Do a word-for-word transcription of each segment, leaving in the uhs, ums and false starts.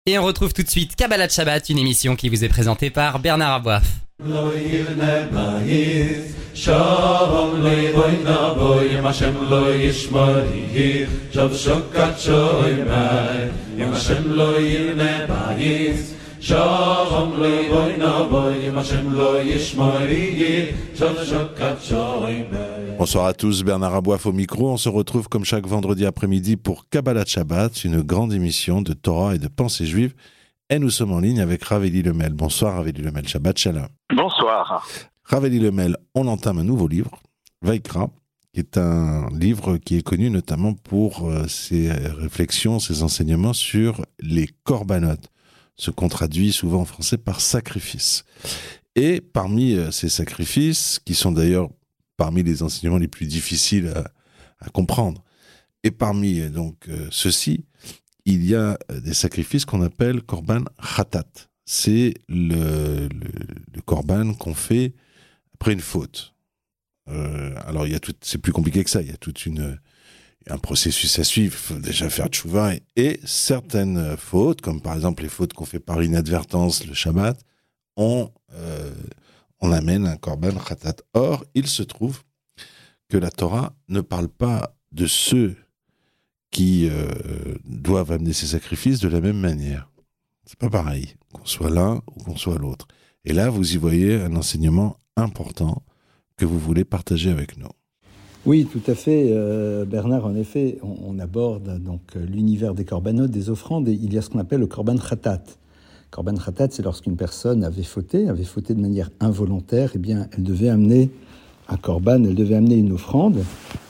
Et on retrouve tout de suite Kabbalat Shabbat, une émission qui vous est présentée par Bernard Aboif. Bonsoir à tous, Bernard Aboif au micro. On se retrouve comme chaque vendredi après-midi pour Kabbalat Shabbat, une grande émission de Torah et de pensée juive. Et nous sommes en ligne avec Rav Eli Lemel. Bonsoir Rav Eli Lemel, Shabbat Shalom. Bonsoir. Rav Eli Lemel, on entame un nouveau livre, Vaikra, qui est un livre qui est connu notamment pour euh, ses réflexions, ses enseignements sur les corbanotes, ce qu'on traduit souvent en français par sacrifice. Et parmi euh, ces sacrifices, qui sont d'ailleurs parmi les enseignements les plus difficiles à, à comprendre, et parmi euh, donc euh, ceux-ci, il y a des sacrifices qu'on appelle korban khatat. C'est le, le, le korban qu'on fait après une faute. Euh, alors il y a tout, c'est plus compliqué que ça. Il y a toute une un processus à suivre. Il faut déjà faire tchouva et, et certaines fautes, comme par exemple les fautes qu'on fait par inadvertance le Shabbat, on euh, on amène un korban khatat. Or, il se trouve que la Torah ne parle pas de ceux qui euh, doivent amener ces sacrifices de la même manière. C'est pas pareil, qu'on soit l'un ou qu'on soit l'autre. Et là, vous y voyez un enseignement important que vous voulez partager avec nous. Oui, tout à fait, euh, Bernard. En effet, on, on aborde donc l'univers des corbanotes, des offrandes, et il y a ce qu'on appelle le korban khatat. Korban khatat, c'est lorsqu'une personne avait fauté, avait fauté de manière involontaire, eh bien, elle devait amener un korban, elle devait amener une offrande.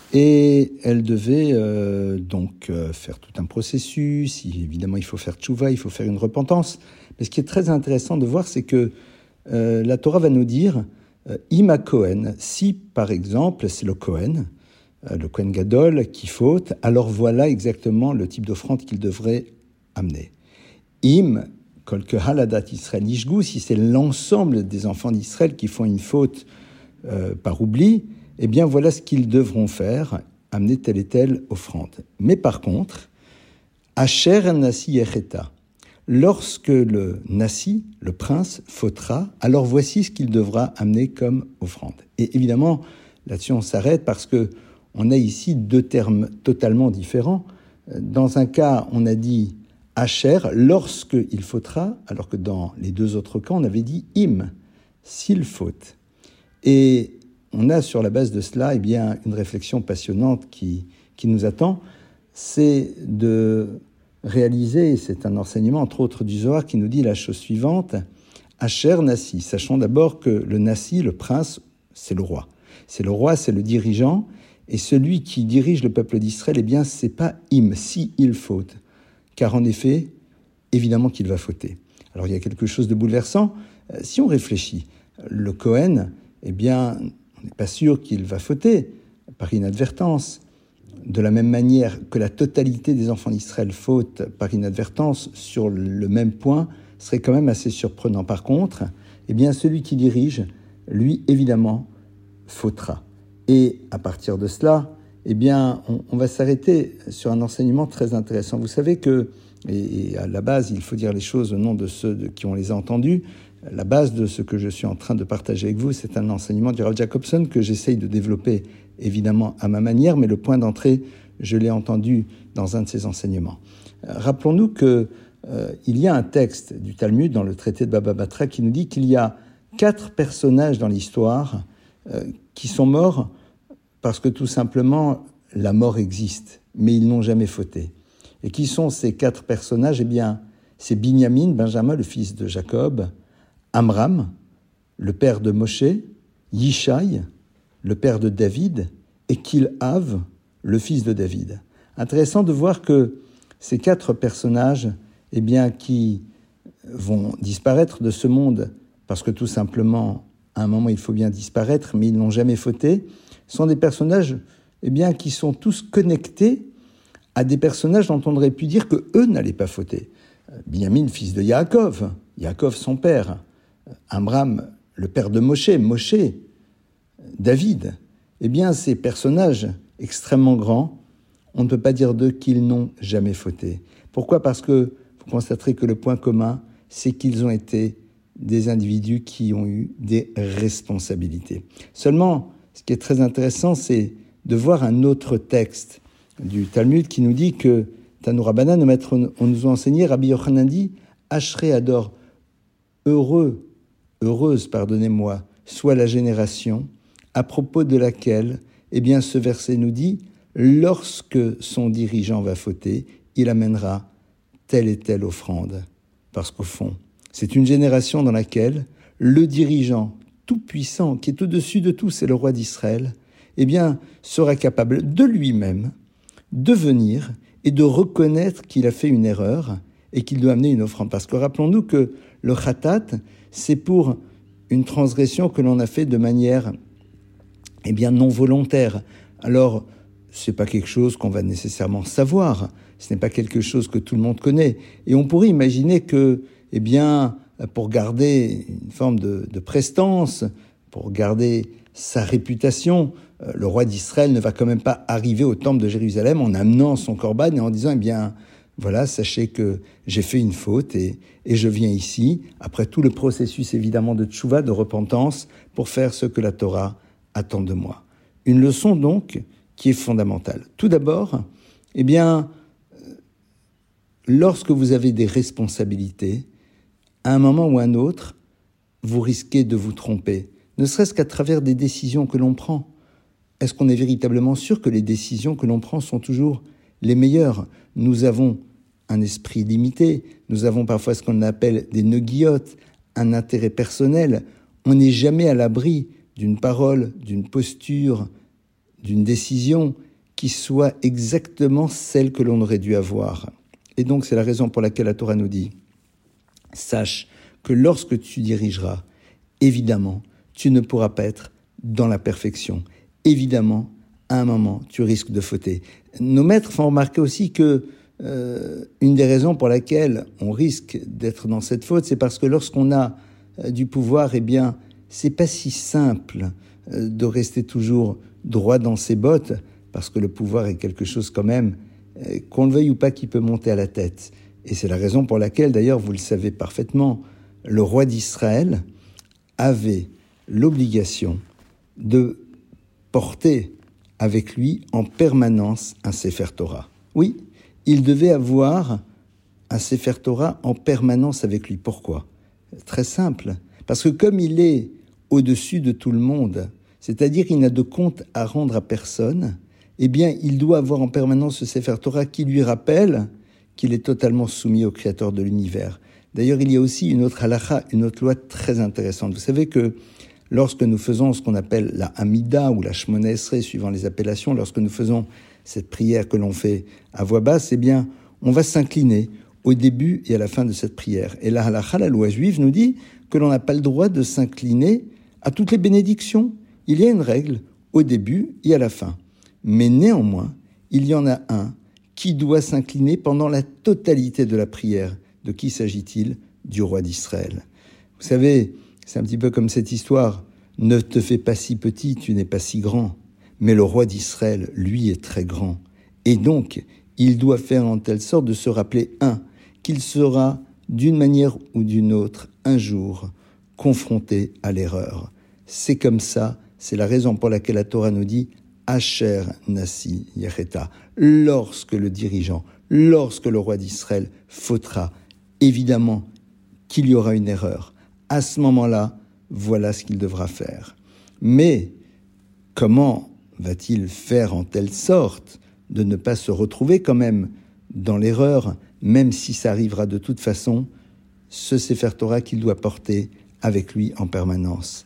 Et elle devait euh, donc euh, faire tout un processus. Évidemment, il faut faire tchouva, il faut faire une repentance. Mais ce qui est très intéressant de voir, c'est que euh, la Torah va nous dire euh, Ima Kohen, si par exemple c'est le Kohen, euh, le Kohen Gadol qui faute, alors voilà exactement le type d'offrande qu'il devrait amener. Im Kol Kehaladat Israël Ishgou, si c'est l'ensemble des enfants d'Israël qui font une faute euh, par oubli, eh bien, voilà ce qu'ils devront faire, amener telle et telle offrande. Mais par contre, Asher Nasi Yecheta, lorsque le Nasi, le prince, fautera, alors voici ce qu'il devra amener comme offrande. Et évidemment, là-dessus on s'arrête parce que on a ici deux termes totalement différents. Dans un cas, on a dit Asher, lorsqu'il fautera, alors que dans les deux autres cas, on avait dit Im, s'il faute. Et on a sur la base de cela eh bien, une réflexion passionnante qui, qui nous attend, c'est de réaliser, c'est un enseignement entre autres du Zohar qui nous dit la chose suivante, Asher Nasi, sachons d'abord que le Nasi, le prince, c'est le roi. C'est le roi, c'est le dirigeant, et celui qui dirige le peuple d'Israël, eh bien, c'est pas Im, si il faute, car en effet, évidemment qu'il va fauter. Alors il y a quelque chose de bouleversant, si on réfléchit, le Kohen, eh bien, on n'est pas sûr qu'il va fauter par inadvertance. De la même manière que la totalité des enfants d'Israël fautent par inadvertance sur le même point, serait quand même assez surprenant. Par contre, eh bien, celui qui dirige, lui, évidemment, fautera. Et à partir de cela, eh bien, on, on va s'arrêter sur un enseignement très intéressant. Vous savez que, et, et à la base, il faut dire les choses au nom de ceux de, qui ont les a entendus, la base de ce que je suis en train de partager avec vous, c'est un enseignement du Rav Jacobson que j'essaye de développer évidemment à ma manière, mais le point d'entrée, je l'ai entendu dans un de ses enseignements. Euh, rappelons-nous qu'il euh, y a un texte du Talmud dans le traité de Baba Batra qui nous dit qu'il y a quatre personnages dans l'histoire euh, qui sont morts parce que tout simplement la mort existe, mais ils n'ont jamais fauté. Et qui sont ces quatre personnages ? Eh bien, c'est Binyamin, Benjamin, le fils de Jacob, Amram, le père de Moshe, Yishai, le père de David, et Kilhav, le fils de David. Intéressant de voir que ces quatre personnages, eh bien, qui vont disparaître de ce monde, parce que tout simplement, à un moment, il faut bien disparaître, mais ils n'ont jamais fauté, sont des personnages eh bien, qui sont tous connectés à des personnages dont on aurait pu dire qu'eux n'allaient pas fauter. Binyamin, fils de Yaakov, Yaakov son père, Amram, le père de Moshe, Moshe, David, eh bien, ces personnages extrêmement grands, on ne peut pas dire d'eux qu'ils n'ont jamais fauté. Pourquoi ? Parce que vous constaterez que le point commun, c'est qu'ils ont été des individus qui ont eu des responsabilités. Seulement, ce qui est très intéressant, c'est de voir un autre texte du Talmud qui nous dit que Tanu Rabbanan, nos maîtres, on nous a enseigné, Rabbi Yochanan dit, Ashrei Ador, heureux, heureuse, pardonnez-moi, soit la génération à propos de laquelle, eh bien, ce verset nous dit, lorsque son dirigeant va fauter, il amènera telle et telle offrande. Parce qu'au fond, c'est une génération dans laquelle le dirigeant tout-puissant, qui est au-dessus de tout, c'est le roi d'Israël, eh bien, sera capable de lui-même de venir et de reconnaître qu'il a fait une erreur et qu'il doit amener une offrande. Parce que rappelons-nous que le khatat, c'est pour une transgression que l'on a fait de manière, eh bien, non volontaire. Alors, c'est pas quelque chose qu'on va nécessairement savoir. Ce n'est pas quelque chose que tout le monde connaît. Et on pourrait imaginer que, eh bien, pour garder une forme de, de prestance, pour garder sa réputation, euh, le roi d'Israël ne va quand même pas arriver au temple de Jérusalem en amenant son corban et en disant, eh bien, voilà, sachez que j'ai fait une faute et, et je viens ici, après tout le processus évidemment de tchouva, de repentance, pour faire ce que la Torah attend de moi. Une leçon donc qui est fondamentale. Tout d'abord, eh bien, lorsque vous avez des responsabilités, à un moment ou à un autre, vous risquez de vous tromper, ne serait-ce qu'à travers des décisions que l'on prend. Est-ce qu'on est véritablement sûr que les décisions que l'on prend sont toujours les meilleures ? Nous avons un esprit limité, nous avons parfois ce qu'on appelle des neguiotes, un intérêt personnel. On n'est jamais à l'abri d'une parole, d'une posture, d'une décision qui soit exactement celle que l'on aurait dû avoir. Et donc c'est la raison pour laquelle la Torah nous dit « Sache que lorsque tu dirigeras, évidemment, tu ne pourras pas être dans la perfection. Évidemment, à un moment, tu risques de fauter. » Nos maîtres font remarquer aussi que euh, une des raisons pour laquelle on risque d'être dans cette faute, c'est parce que lorsqu'on a euh, du pouvoir, eh bien, c'est pas si simple euh, de rester toujours droit dans ses bottes, parce que le pouvoir est quelque chose quand même, euh, qu'on le veuille ou pas, qui peut monter à la tête. Et c'est la raison pour laquelle, d'ailleurs, vous le savez parfaitement, le roi d'Israël avait l'obligation de porter avec lui en permanence un Sefer Torah. Oui, il devait avoir un Sefer Torah en permanence avec lui. Pourquoi ? Très simple. Parce que comme il est au-dessus de tout le monde, c'est-à-dire il n'a de compte à rendre à personne, eh bien, il doit avoir en permanence ce Sefer Torah qui lui rappelle qu'il est totalement soumis au Créateur de l'univers. D'ailleurs, il y a aussi une autre halakha, une autre loi très intéressante. Vous savez que lorsque nous faisons ce qu'on appelle la Hamida ou la Shmona Esrei, suivant les appellations, lorsque nous faisons cette prière que l'on fait à voix basse, eh bien, on va s'incliner au début et à la fin de cette prière. Et la halakha, la loi juive, nous dit que l'on n'a pas le droit de s'incliner à toutes les bénédictions. Il y a une règle au début et à la fin. Mais néanmoins, il y en a un qui doit s'incliner pendant la totalité de la prière. De qui s'agit-il ? Du roi d'Israël. Vous savez, c'est un petit peu comme cette histoire. Ne te fais pas si petit, tu n'es pas si grand. Mais le roi d'Israël, lui, est très grand. Et donc, il doit faire en telle sorte de se rappeler, un, qu'il sera, d'une manière ou d'une autre, un jour, confronté à l'erreur. C'est comme ça, c'est la raison pour laquelle la Torah nous dit « Asher Nasi Yacheta » lorsque le dirigeant, lorsque le roi d'Israël fautera, évidemment qu'il y aura une erreur. À ce moment-là, voilà ce qu'il devra faire. Mais comment va-t-il faire en telle sorte de ne pas se retrouver quand même dans l'erreur, même si ça arrivera de toute façon, ce Sefer Torah qu'il doit porter avec lui en permanence.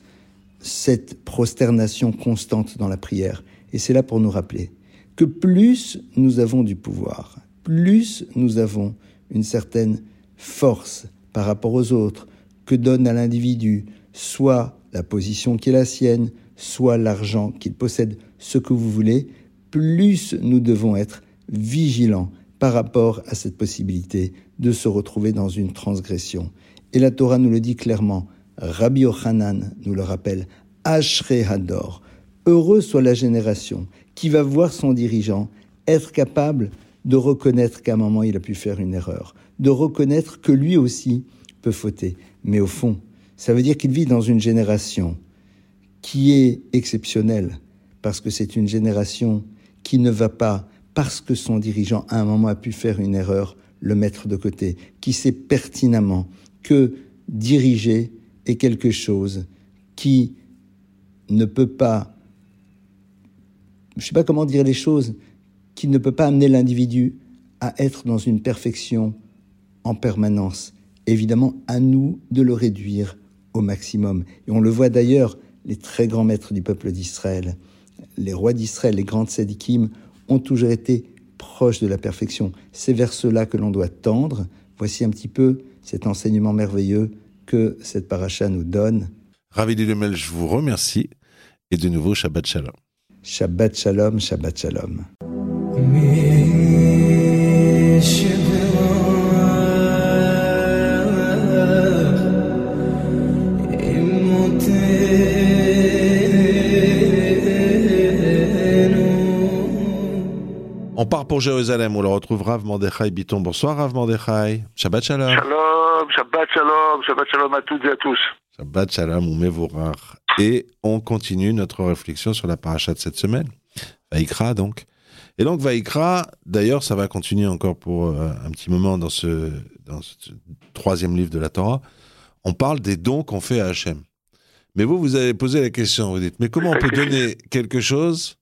Cette prosternation constante dans la prière. Et c'est là pour nous rappeler que plus nous avons du pouvoir, plus nous avons une certaine force par rapport aux autres que donne à l'individu soit la position qui est la sienne, soit l'argent qu'il possède, ce que vous voulez, plus nous devons être vigilants par rapport à cette possibilité de se retrouver dans une transgression. Et la Torah nous le dit clairement, Rabbi Yochanan nous le rappelle, Ashrei Hador, heureux soit la génération qui va voir son dirigeant être capable de reconnaître qu'à un moment il a pu faire une erreur, de reconnaître que lui aussi peut fauter. Mais au fond, ça veut dire qu'il vit dans une génération qui est exceptionnelle, parce que c'est une génération qui ne va pas, parce que son dirigeant à un moment a pu faire une erreur, le mettre de côté, qui sait pertinemment que diriger est quelque chose qui ne peut pas, je ne sais pas comment dire les choses, qui ne peut pas amener l'individu à être dans une perfection en permanence. Évidemment, à nous de le réduire au maximum. Et on le voit d'ailleurs, les très grands maîtres du peuple d'Israël, les rois d'Israël, les grands tzadikim, ont toujours été proches de la perfection. C'est vers cela que l'on doit tendre. Voici un petit peu cet enseignement merveilleux que cette paracha nous donne. Ravi Lemel, je vous remercie. Et de nouveau, Shabbat Shalom. Shabbat Shalom, Shabbat Shalom. On part pour Jérusalem, on le retrouve Rav Mordechai Bitton. Bonsoir Rav Mordechai. Shabbat Shalom. Shalom, Shabbat Shalom, Shabbat Shalom à toutes et à tous. Shabbat Shalom ou Mevorach. Et on continue notre réflexion sur la paracha de cette semaine. Vaïkra donc. Et donc Vaïkra, d'ailleurs ça va continuer encore pour euh, un petit moment dans ce, dans ce troisième livre de la Torah. On parle des dons qu'on fait à Hachem. Mais vous, vous avez posé la question, vous dites, mais comment on peut donner quelque chose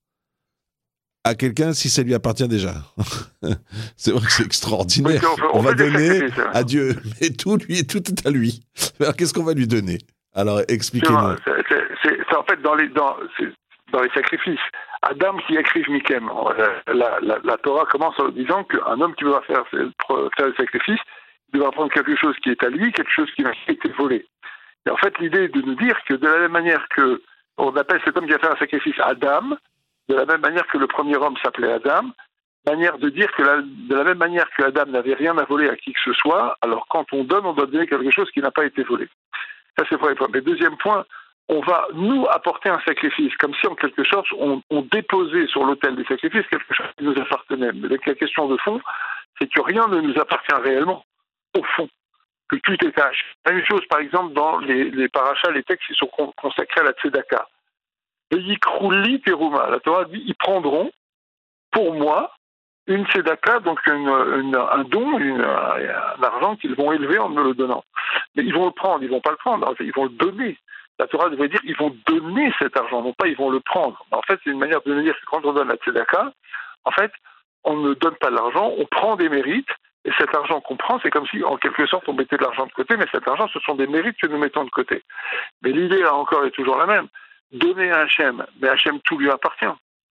à quelqu'un si ça lui appartient déjà? C'est vrai que c'est extraordinaire. Oui, on, fait, on, on va donner à Dieu, mais tout, lui, tout est à lui. Alors qu'est-ce qu'on va lui donner? Alors expliquez-nous. C'est, c'est, c'est, c'est en fait dans les, dans, c'est dans les sacrifices. Adam qui écrive Mikem, la, la, la Torah commence en disant qu'un homme qui va faire, faire le sacrifice, il devra prendre quelque chose qui est à lui, quelque chose qui a été volé. Et en fait, l'idée est de nous dire que de la même manière que on appelle cet homme qui va faire un sacrifice Adam, de la même manière que le premier homme s'appelait Adam, manière de dire que la, de la même manière que Adam n'avait rien à voler à qui que ce soit, alors quand on donne, on doit donner quelque chose qui n'a pas été volé. Ça, c'est le premier point. Mais deuxième point, on va nous apporter un sacrifice, comme si en quelque sorte on, on déposait sur l'autel des sacrifices quelque chose qui nous appartenait. Mais la question de fond, c'est que rien ne nous appartient réellement, au fond, que tout est caché. La même chose, par exemple, dans les, les parachas, les textes qui sont consacrés à la tzedaka. Et Yikrouli Teruma, la Torah dit, ils prendront pour moi une tzedaka, donc une, une, un don, une, un argent qu'ils vont élever en me le donnant. Mais ils vont le prendre, ils vont pas le prendre, ils vont le donner. La Torah devrait dire ils vont donner cet argent, non pas ils vont le prendre. En fait, c'est une manière de dire que quand on donne la tzedaka, en fait, on ne donne pas de l'argent, on prend des mérites, et cet argent qu'on prend, c'est comme si, en quelque sorte, on mettait de l'argent de côté, mais cet argent, ce sont des mérites que nous mettons de côté. Mais l'idée, là encore, est toujours la même. Donner à Hachem, mais Hachem, tout lui appartient.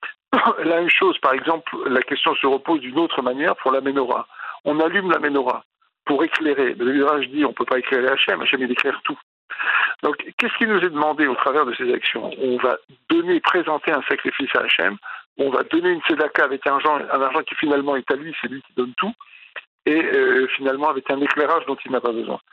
La même chose, par exemple, la question se repose d'une autre manière pour la menorah. On allume la menorah pour éclairer. Le Midrash dit on ne peut pas éclairer Hachem, Hachem il éclaire tout. Donc, qu'est-ce qui nous est demandé au travers de ces actions? On va donner, présenter un sacrifice à Hachem, on va donner une tzedaka avec un argent, un argent qui finalement est à lui, c'est lui qui donne tout, et euh, finalement avec un éclairage dont il n'a pas besoin.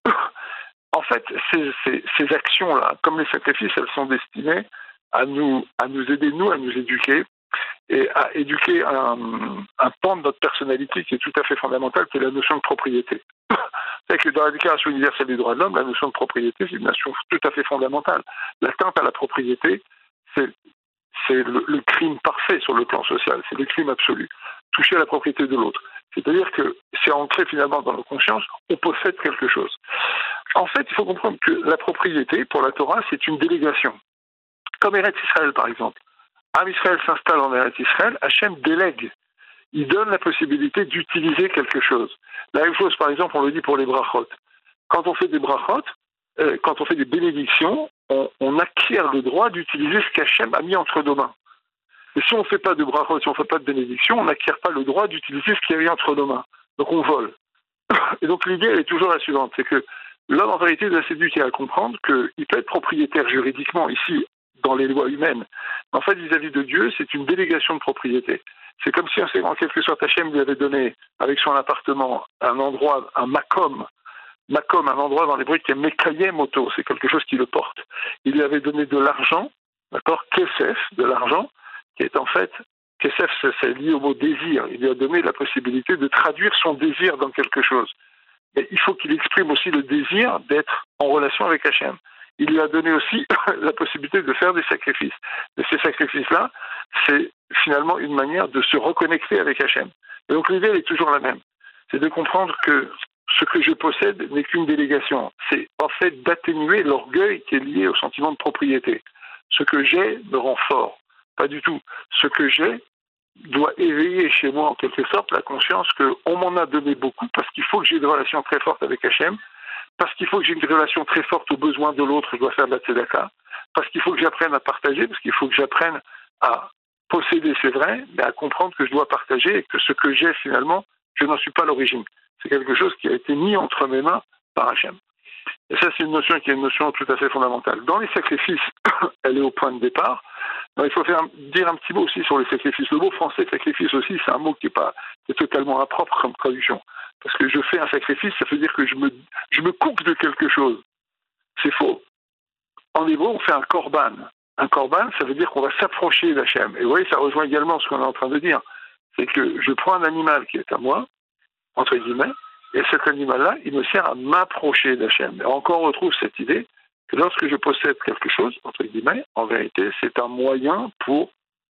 En fait, ces, ces, ces actions-là, comme les sacrifices, elles sont destinées à nous, à nous aider, nous, à nous éduquer, et à éduquer un, un pan de notre personnalité qui est tout à fait fondamental, qui est la notion de propriété. C'est que dans la Déclaration universelle des droits de l'homme, la notion de propriété, c'est une notion tout à fait fondamentale. L'atteinte à la propriété, c'est, c'est le, le crime parfait sur le plan social, c'est le crime absolu. Toucher à la propriété de l'autre. C'est-à-dire que c'est ancré finalement dans nos consciences, on possède quelque chose. En fait, il faut comprendre que la propriété, pour la Torah, c'est une délégation. Comme Eretz Israël, par exemple. Am Israël s'installe en Eretz Israël, Hachem délègue. Il donne la possibilité d'utiliser quelque chose. La même chose, par exemple, on le dit pour les brachot. Quand on fait des brachot, euh, quand on fait des bénédictions, on, on acquiert le droit d'utiliser ce qu'Hachem a mis entre nos mains. Et si on ne fait pas de brachot, si on ne fait pas de bénédiction, on n'acquiert pas le droit d'utiliser ce qu'il y a mis entre nos mains. Donc on vole. Et donc l'idée, elle est toujours la suivante, c'est que l'homme, en vérité, doit s'éduquer à comprendre qu'il peut être propriétaire juridiquement, ici, dans les lois humaines. En fait, vis-à-vis de Dieu, c'est une délégation de propriété. C'est comme si, en quelque sorte, Hachem lui avait donné, avec son appartement, un endroit, un makom, makom, un endroit dans l'hébreu qui est mekayem auto, c'est quelque chose qui le porte. Il lui avait donné de l'argent, d'accord, kesef, de l'argent, qui est en fait, kesef, c'est lié au mot désir. Il lui a donné la possibilité de traduire son désir dans quelque chose. mais il faut qu'il exprime aussi le désir d'être en relation avec Hachem. Il lui a donné aussi la possibilité de faire des sacrifices. Et ces sacrifices-là, c'est finalement une manière de se reconnecter avec Hachem. Et donc l'idée, elle est toujours la même. C'est de comprendre que ce que je possède n'est qu'une délégation. C'est en fait d'atténuer l'orgueil qui est lié au sentiment de propriété. Ce que j'ai me rend fort. Pas du tout. Ce que j'ai doit éveiller chez moi en quelque sorte la conscience qu'on m'en a donné beaucoup parce qu'il faut que j'ai une relation très forte avec Hachem, parce qu'il faut que j'ai une relation très forte aux besoins de l'autre, je dois faire de la tzedaka, parce qu'il faut que j'apprenne à partager, parce qu'il faut que j'apprenne à posséder, c'est vrai, mais à comprendre que je dois partager et que ce que j'ai finalement, je n'en suis pas l'origine. C'est quelque chose qui a été mis entre mes mains par Hachem. Et ça, c'est une notion qui est une notion tout à fait fondamentale. Dans les sacrifices, elle est au point de départ. Alors, il faut faire, dire un petit mot aussi sur les sacrifices. Le mot français sacrifice aussi, c'est un mot qui est, pas, qui est totalement impropre comme traduction. Parce que je fais un sacrifice, ça veut dire que je me, je me coupe de quelque chose. C'est faux. En hébreu, on fait un korban. Un korban, ça veut dire qu'on va s'approcher d'Hachem. Et vous voyez, ça rejoint également ce qu'on est en train de dire. C'est que je prends un animal qui est à moi, entre guillemets, et cet animal-là, il me sert à m'approcher d'Hachem. Et encore, on retrouve cette idée que lorsque je possède quelque chose, entre guillemets, en vérité, c'est un moyen pour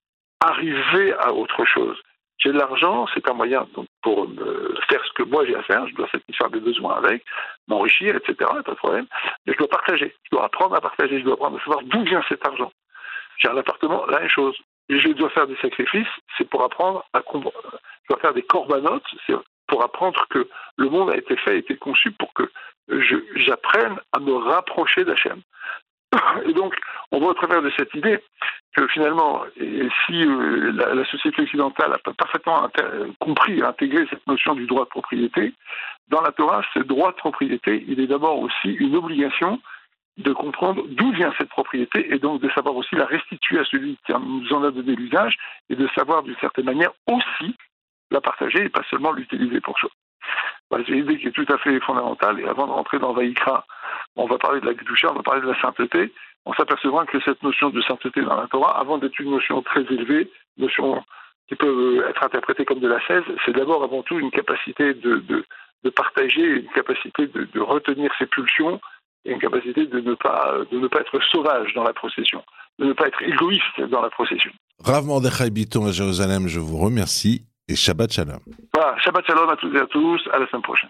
arriver à autre chose. J'ai de l'argent, c'est un moyen donc, pour me faire ce que moi j'ai à faire, je dois satisfaire mes besoins avec, m'enrichir, et cetera, pas de problème, mais je dois partager, je dois apprendre à partager, je dois apprendre à savoir d'où vient cet argent. J'ai un appartement, la même chose. Et je dois faire des sacrifices, c'est pour apprendre à comprendre. Je dois faire des corbanotes, c'est pour apprendre que le monde a été fait, a été conçu pour que je, j'apprenne à me rapprocher d'Hachem. Et donc, on voit au travers de cette idée que finalement, et si euh, la, la société occidentale a parfaitement inter- compris et intégré cette notion du droit de propriété, dans la Torah, ce droit de propriété, il est d'abord aussi une obligation de comprendre d'où vient cette propriété et donc de savoir aussi la restituer à celui qui nous en a donné l'usage et de savoir d'une certaine manière aussi la partager et pas seulement l'utiliser pour soi. Bah, c'est une idée qui est tout à fait fondamentale. Et avant de rentrer dans Vaïkra, on va parler de la Kedusha, on va parler de la sainteté. On s'apercevra que cette notion de sainteté dans la Torah, avant d'être une notion très élevée, une notion qui peut être interprétée comme de l'ascèse, c'est d'abord avant tout une capacité de, de, de partager, une capacité de, de retenir ses pulsions et une capacité de ne pas, de ne pas être sauvage dans la procession, de ne pas être égoïste dans la procession. Rav Mordechai Bitton à Jérusalem, je vous remercie et Shabbat Shalom. Voilà, Shabbat Shalom à toutes et à tous, à la semaine prochaine.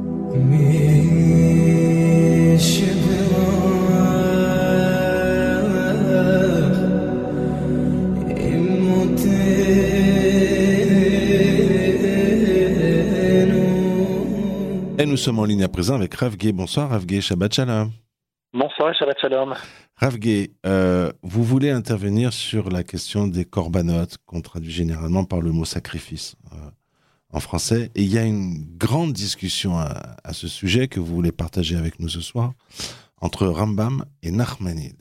Et nous sommes en ligne à présent avec Rav Gay. Bonsoir Rav Gay, Shabbat Shalom. Bonsoir, Shabbat Shalom. Rav Gay, euh, vous voulez intervenir sur la question des corbanotes, qu'on traduit généralement par le mot sacrifice euh, en français. Et il y a une grande discussion à, à ce sujet que vous voulez partager avec nous ce soir entre Rambam et Nachmanide.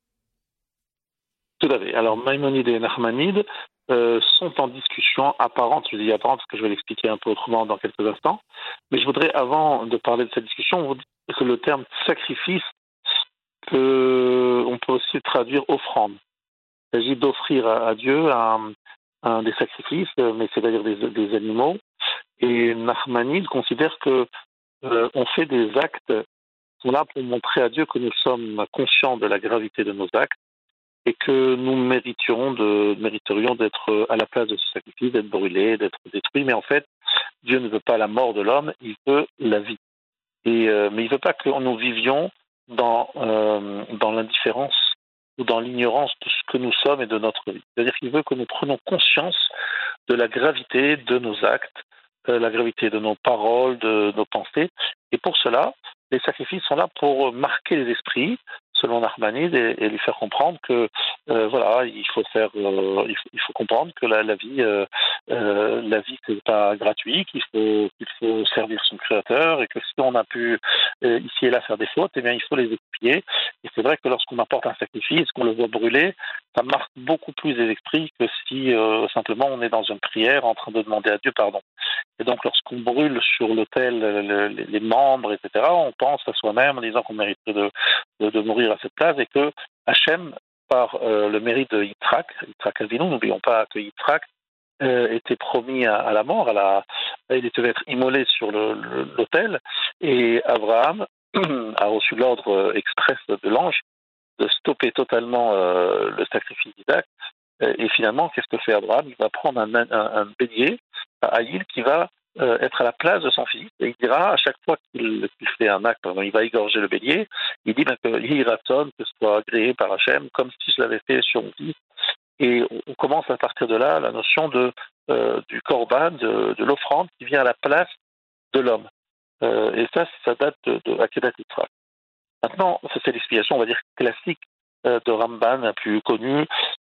Tout à fait. Alors, Maïmonide et Nachmanide euh, sont en discussion apparente. Je dis apparente parce que je vais l'expliquer un peu autrement dans quelques instants. Mais je voudrais, avant de parler de cette discussion, vous dire que le terme sacrifice, peut, on peut aussi traduire offrande. Il s'agit d'offrir à, à Dieu un, un des sacrifices, mais c'est-à-dire des, des animaux. Et Nachmanide considère que euh, on fait des actes qui sont là pour montrer à Dieu que nous sommes conscients de la gravité de nos actes et que nous mériterions, de, mériterions d'être à la place de ce sacrifice, d'être brûlés, d'être détruits. Mais en fait, Dieu ne veut pas la mort de l'homme, il veut la vie. Et, euh, mais il ne veut pas que nous vivions dans, euh, dans l'indifférence ou dans l'ignorance de ce que nous sommes et de notre vie. C'est-à-dire qu'il veut que nous prenions conscience de la gravité de nos actes, euh, la gravité de nos paroles, de nos pensées. Et pour cela, les sacrifices sont là pour marquer les esprits, selon Nachmanide, et, et lui faire comprendre que euh, voilà, il faut faire, euh, il, faut, il faut comprendre que la, la vie, euh, euh, la vie c'est pas gratuit, qu'il faut, qu'il faut servir son Créateur, et que si on a pu euh, ici et là faire des fautes, eh bien il faut les expier. Et c'est vrai que lorsqu'on apporte un sacrifice, qu'on le voit brûler, ça marque beaucoup plus les esprits que si euh, simplement on est dans une prière en train de demander à Dieu pardon. Et donc lorsqu'on brûle sur l'autel le, les, les membres, et cetera, on pense à soi-même en disant qu'on mérite de, de, de mourir à cette place et que Hachem, par euh, le mérite de Yitzhak, Yitzhak Avinu, n'oublions pas que Yitzhak euh, était promis à, à la mort. À la, il devait être immolé sur le, le, l'autel. Et Abraham a reçu l'ordre express de l'ange de stopper totalement euh, le sacrifice d'Isaac. Et finalement, qu'est-ce que fait Abraham? Il va prendre un, un, un bélier, un Haïl, qui va euh, être à la place de son fils. Et il dira, à chaque fois qu'il, qu'il fait un acte, il va égorger le bélier, il dit ben, que Yiraton, que ce soit agréé par Hachem, comme si je l'avais fait sur mon fils. Et on, on commence à partir de là la notion de, euh, du korban, de, de l'offrande qui vient à la place de l'homme. Euh, et ça, ça date de, de Akedat Yitzhak. Maintenant, ça, c'est l'explication, on va dire, classique euh, de Ramban, la plus connue.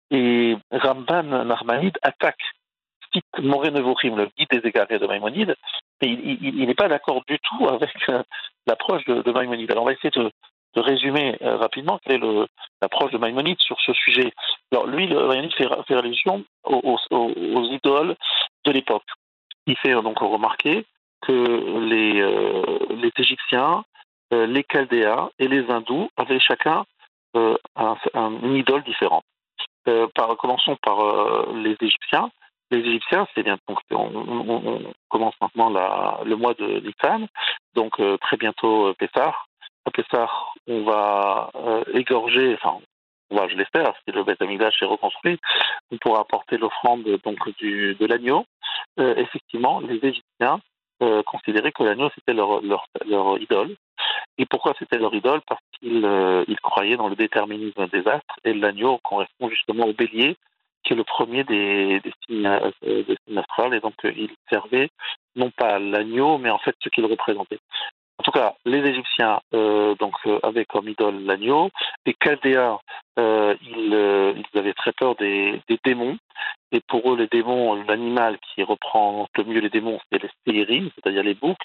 Et Ramban Nachmanide attaque, cite Moreh Nevuchim, le guide des égarés de Maïmonide, et il, il, il n'est pas d'accord du tout avec euh, l'approche de, de Maïmonide. Alors on va essayer de, de résumer euh, rapidement quelle est le, l'approche de Maïmonide sur ce sujet. Alors lui, le Maïmonide fait, fait allusion aux, aux, aux idoles de l'époque. Il fait euh, donc remarquer que les, euh, les Égyptiens, euh, les Chaldéens et les Hindous avaient chacun euh, un, un, une idole différente. Euh, par, commençons par euh, les Égyptiens. Les Égyptiens, c'est bien. Donc, on, on, on commence maintenant la, le mois de Nissan, donc euh, très bientôt euh, Pessah. À Pessah, on va euh, égorger, enfin, on va, je l'espère, si le Beth Amikdash est reconstruit, on pourra apporter l'offrande donc du, de l'agneau. Euh, effectivement, les Égyptiens euh, considéraient que l'agneau c'était leur, leur, leur idole. Et pourquoi c'était leur idole? Parce qu'ils euh, ils croyaient dans le déterminisme des astres, et l'agneau correspond justement au bélier, qui est le premier des, des signes, euh, des signes astrales, et donc euh, ils servaient non pas l'agneau, mais en fait ce qu'il représentait. En tout cas, les Égyptiens euh, donc euh, avaient comme idole l'agneau. Les Chaldéens, euh, ils, euh, ils avaient très peur des, des démons. Et pour eux, les démons, l'animal qui reprend le mieux les démons, c'est les stérim, c'est-à-dire les boucs.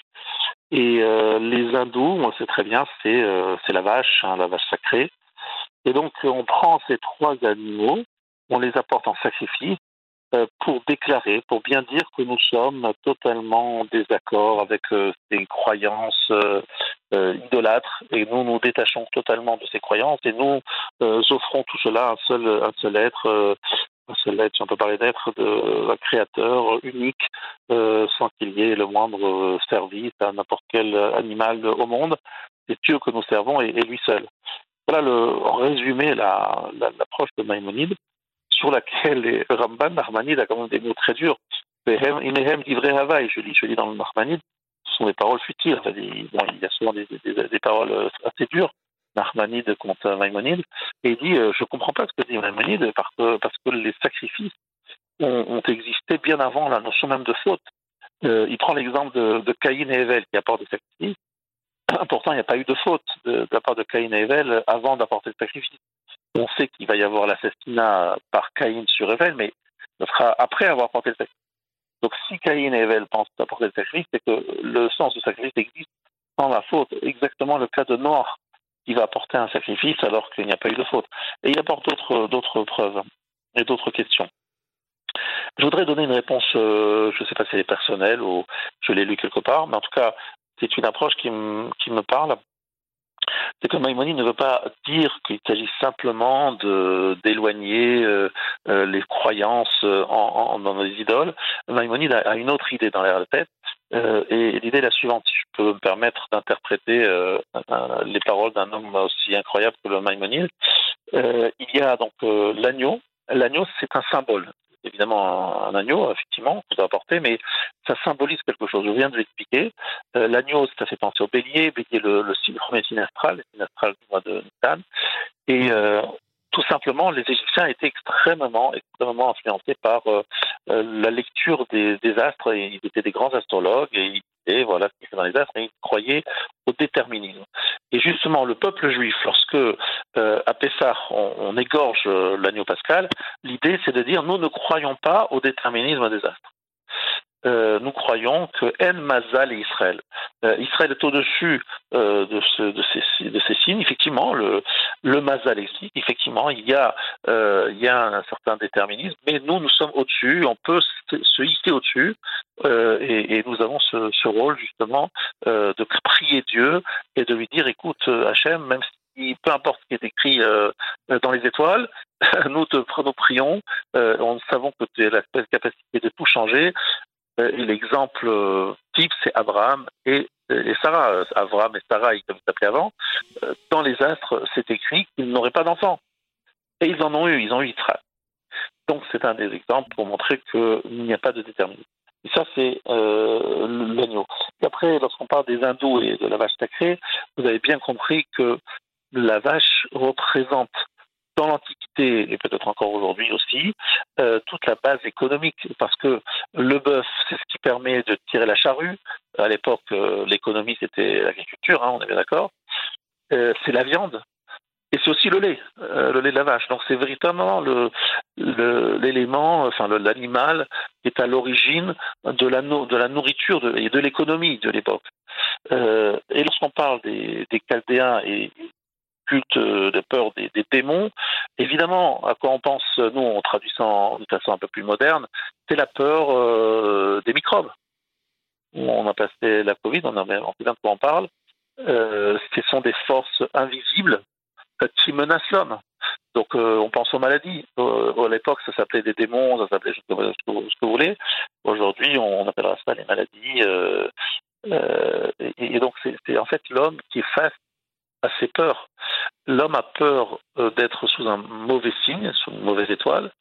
Et euh, les hindous, on sait très bien, c'est, euh, c'est la vache, hein, la vache sacrée. Et donc, on prend ces trois animaux, on les apporte en sacrifice euh, pour déclarer, pour bien dire que nous sommes totalement en désaccord avec euh, ces croyances euh, euh, idolâtres, et nous nous détachons totalement de ces croyances, et nous euh, offrons tout cela à un seul, un seul être, euh, un seul être, si on peut parler d'être, de, un créateur unique, euh, sans qu'il y ait le moindre service à n'importe quel animal au monde. C'est Dieu que nous servons, et, et lui seul. Voilà le, en résumé la, la, l'approche de Maïmonide, sur laquelle les Ramban, Nachmanide a quand même des mots très durs. Inehem divrei havaï, je lis, je lis dans le Nachmanide, ce sont des paroles futiles. Enfin, des, bon, il y a souvent des, des, des paroles assez dures, Nachmanide contre Maïmonide, et il dit euh, je ne comprends pas ce que dit Maïmonide, parce que, parce que les sacrifices ont, ont existé bien avant la notion même de faute. Euh, il prend l'exemple de, de Caïn et Ével qui apportent des sacrifices. Pourtant, il n'y a pas eu de faute de, de la part de Caïn et Ével avant d'apporter le sacrifice. On sait qu'il va y avoir l'assassinat par Caïn sur Ével, mais ce sera après avoir apporté le sacrifice. Donc si Caïn et Ével pensent apporter le sacrifice, c'est que le sens du sacrifice existe sans la faute. Exactement le cas de Noach, qui va apporter un sacrifice alors qu'il n'y a pas eu de faute. Et il apporte d'autres, d'autres preuves et d'autres questions. Je voudrais donner une réponse, euh, je ne sais pas si elle est personnelle ou je l'ai lu quelque part, mais en tout cas, c'est une approche qui, m- qui me parle. C'est que Maïmonide ne veut pas dire qu'il s'agit simplement de, d'éloigner euh, euh, les croyances euh, en, en, dans nos idoles. Maïmonide a, a une autre idée dans la tête, euh, et l'idée est la suivante. Si je peux me permettre d'interpréter euh, un, les paroles d'un homme aussi incroyable que le Maïmonide. Euh, il y a donc euh, l'agneau. L'agneau, c'est un symbole. Évidemment, un, un agneau, effectivement, qu'on doit apporter, mais ça symbolise quelque chose. Je viens de l'expliquer. Euh, l'agneau, ça fait penser au bélier. Bélier, le, le, le premier signe astral, le signe astral du mois de Nissan. Et euh, tout simplement, les Égyptiens étaient extrêmement, extrêmement influencés par euh, euh, la lecture des, des astres. Et ils étaient des grands astrologues, et ils disaient, voilà ce qui fait dans les astres, et ils croyaient au déterminisme. Et justement, le peuple juif, lorsque euh, à Pessah, on, on égorge euh, l'agneau pascal, l'idée c'est de dire nous ne croyons pas au déterminisme des astres. Euh, nous croyons que En Mazal et Israël. Euh, Israël est au-dessus euh, de, ce, de, ces, de ces signes. Effectivement, le, le Mazal existe. Effectivement, il y a, euh, il y a un certain déterminisme, mais nous, nous sommes au-dessus. On peut se, se hisser au-dessus, euh, et, et nous avons ce, ce rôle justement euh, de prier Dieu et de lui dire, écoute, Hachem, même si peu importe ce qui est écrit euh, dans les étoiles, nous te nous prions, euh, on savons que tu as la capacité de tout changer. Et l'exemple type, c'est Abraham et, et Sarah. Abraham et Sarah, comme ils s'appelaient avant, dans les astres, c'est écrit qu'ils n'auraient pas d'enfants. Et ils en ont eu, ils ont eu Yitzhak. Donc c'est un des exemples pour montrer qu'il n'y a pas de déterminisme. Et ça, c'est euh, l'agneau. Et après, lorsqu'on parle des hindous et de la vache sacrée, vous avez bien compris que la vache représente dans l'Antiquité, et peut-être encore aujourd'hui aussi, euh, toute la base économique, parce que le bœuf, c'est ce qui permet de tirer la charrue. À l'époque, euh, l'économie, c'était l'agriculture, hein, on est bien d'accord. Euh, c'est la viande, et c'est aussi le lait, euh, le lait de la vache. Donc c'est véritablement le, le, l'élément, enfin le, l'animal qui est à l'origine de la, no, de la nourriture de, et de l'économie de l'époque. Euh, et lorsqu'on parle des, des Chaldéens et culte de peur des, des démons, évidemment, à quoi on pense, nous, on traduit ça en, de façon un peu plus moderne, c'est la peur euh, des microbes. On a passé la Covid, on a même on sait bien de quoi on parle. Euh, ce sont des forces invisibles euh, qui menacent l'homme. Donc, euh, on pense aux maladies. Euh, à l'époque, ça s'appelait des démons, ça s'appelait ce que, ce que, ce que vous voulez. Aujourd'hui, on, on appellera ça les maladies. Euh, euh, et, et donc, c'est, c'est en fait l'homme qui est face à ses peurs. L'homme a peur euh, d'être sous un mauvais signe, sous une mauvaise étoile.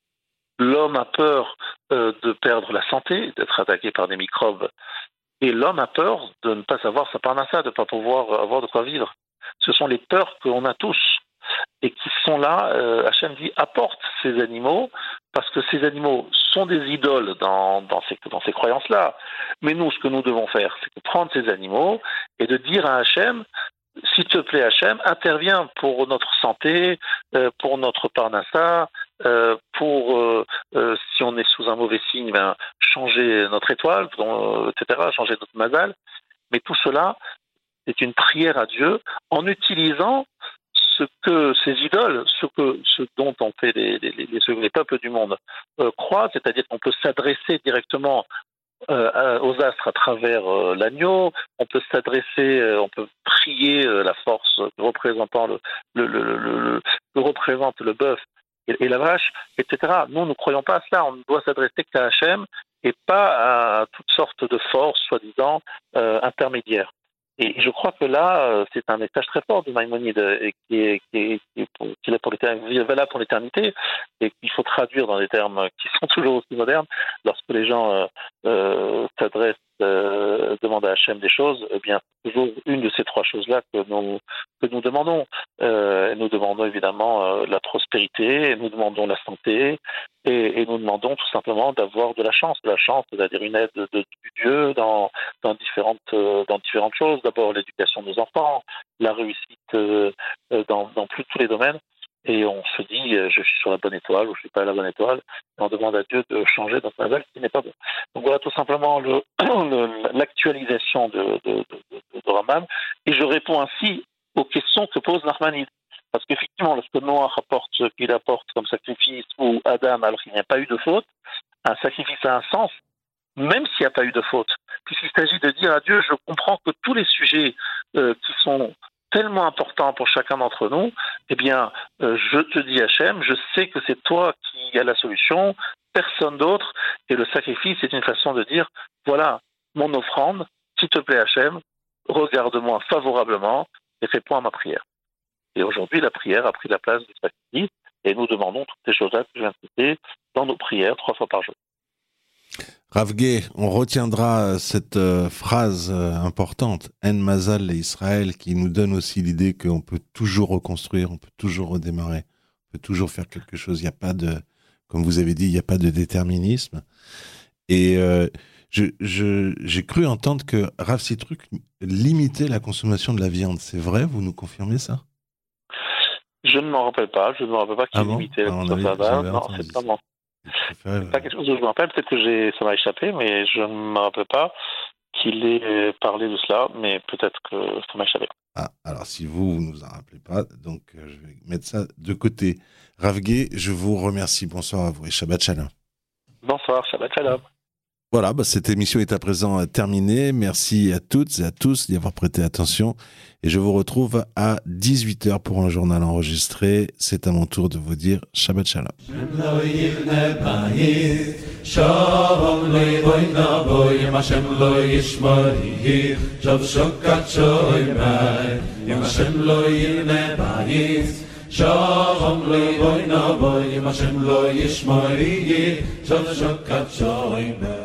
L'homme a peur euh, de perdre la santé, d'être attaqué par des microbes. Et l'homme a peur de ne pas savoir sa parnassa, de ne pas pouvoir avoir de quoi vivre. Ce sont les peurs que l'on a tous et qui sont là. Euh, Hachem dit apporte ces animaux parce que ces animaux sont des idoles dans, dans, ces, dans ces croyances-là. Mais nous, ce que nous devons faire, c'est de prendre ces animaux et de dire à Hachem, s'il te plaît, Hachem, interviens pour notre santé, euh, pour notre parnassa, euh, pour, euh, euh, si on est sous un mauvais signe, ben, changer notre étoile, euh, et cetera, changer notre mazal. Mais tout cela, c'est une prière à Dieu en utilisant ce que ces idoles, ce, que, ce dont on fait les, les, les, les peuples du monde euh, croient, c'est-à-dire qu'on peut s'adresser directement Euh, aux astres à travers euh, l'agneau, on peut s'adresser, euh, on peut prier euh, la force représentant le, le, le, le, le, le représente le bœuf et, et la vache, et cetera. Nous, ne croyons pas à cela. On ne doit s'adresser qu'à Hachem et pas à toutes sortes de forces, soi-disant, euh, intermédiaires. Et je crois que là, c'est un message très fort de Maïmonide et qui est, qui est, qui est, pour, qui est pour valable pour l'éternité et qu'il faut traduire dans des termes qui sont toujours aussi modernes. Lorsque les gens euh, euh, s'adressent, euh, demandent à Hachem des choses, eh bien, c'est toujours une de ces trois choses-là que nous, que nous demandons. Euh, nous demandons évidemment euh, la prospérité, nous demandons la santé et, et nous demandons tout simplement d'avoir de la chance, de la chance, c'est-à-dire une aide de, de, du Dieu dans, dans, différentes, euh, dans différentes choses. D'abord l'éducation de nos enfants, la réussite euh, dans, dans plus tous les domaines. Et on se dit, je suis sur la bonne étoile ou je ne suis pas à la bonne étoile. Et on demande à Dieu de changer notre mazal qui n'est pas bon. Donc voilà tout simplement le, le, l'actualisation de, de, de, de, de Rambam. Et je réponds ainsi aux questions que pose Nachmanide. Parce qu'effectivement, lorsque Noah apporte ce qu'il apporte comme sacrifice ou Adam, alors qu'il n'y a pas eu de faute, un sacrifice a un sens, même s'il n'y a pas eu de faute. Puisqu'il s'agit de dire à Dieu, je comprends que tous les sujets euh, qui sont tellement important pour chacun d'entre nous, eh bien, euh, je te dis Hachem, je sais que c'est toi qui as la solution, personne d'autre, et le sacrifice est une façon de dire, voilà, mon offrande, s'il te plaît Hachem, regarde-moi favorablement et fais point à ma prière. Et aujourd'hui, la prière a pris la place du sacrifice, et nous demandons toutes ces choses-là que je viens de citer dans nos prières trois fois par jour. Rav Gué, on retiendra cette euh, phrase euh, importante, En Mazal et Israël, qui nous donne aussi l'idée qu'on peut toujours reconstruire, on peut toujours redémarrer, on peut toujours faire quelque chose. Il n'y a pas de, comme vous avez dit, il n'y a pas de déterminisme. Et euh, je, je, j'ai cru entendre que Rav Sitruk limitait la consommation de la viande. C'est vrai, vous nous confirmez ça? Je ne m'en rappelle pas, je ne me rappelle pas qu'il ah bon limitait la ah, consommation de la viande. Non, c'est pas moi. C'est pas quelque chose que je me rappelle, peut-être que j'ai, ça m'a échappé, mais je ne me rappelle pas qu'il ait parlé de cela, mais peut-être que ça m'a échappé. Ah, alors si vous, vous ne vous en rappelez pas, donc euh, je vais mettre ça de côté. Rav Gué, je vous remercie, bonsoir à vous et Shabbat Shalom. Bonsoir, Shabbat Shalom. Voilà, bah, cette émission est à présent terminée. Merci à toutes et à tous d'y avoir prêté attention. Et je vous retrouve à dix-huit heures pour un journal enregistré. C'est à mon tour de vous dire Shabbat Shalom. Shalom loy boy na boy, Hashem lo yishmari, Shalom shalom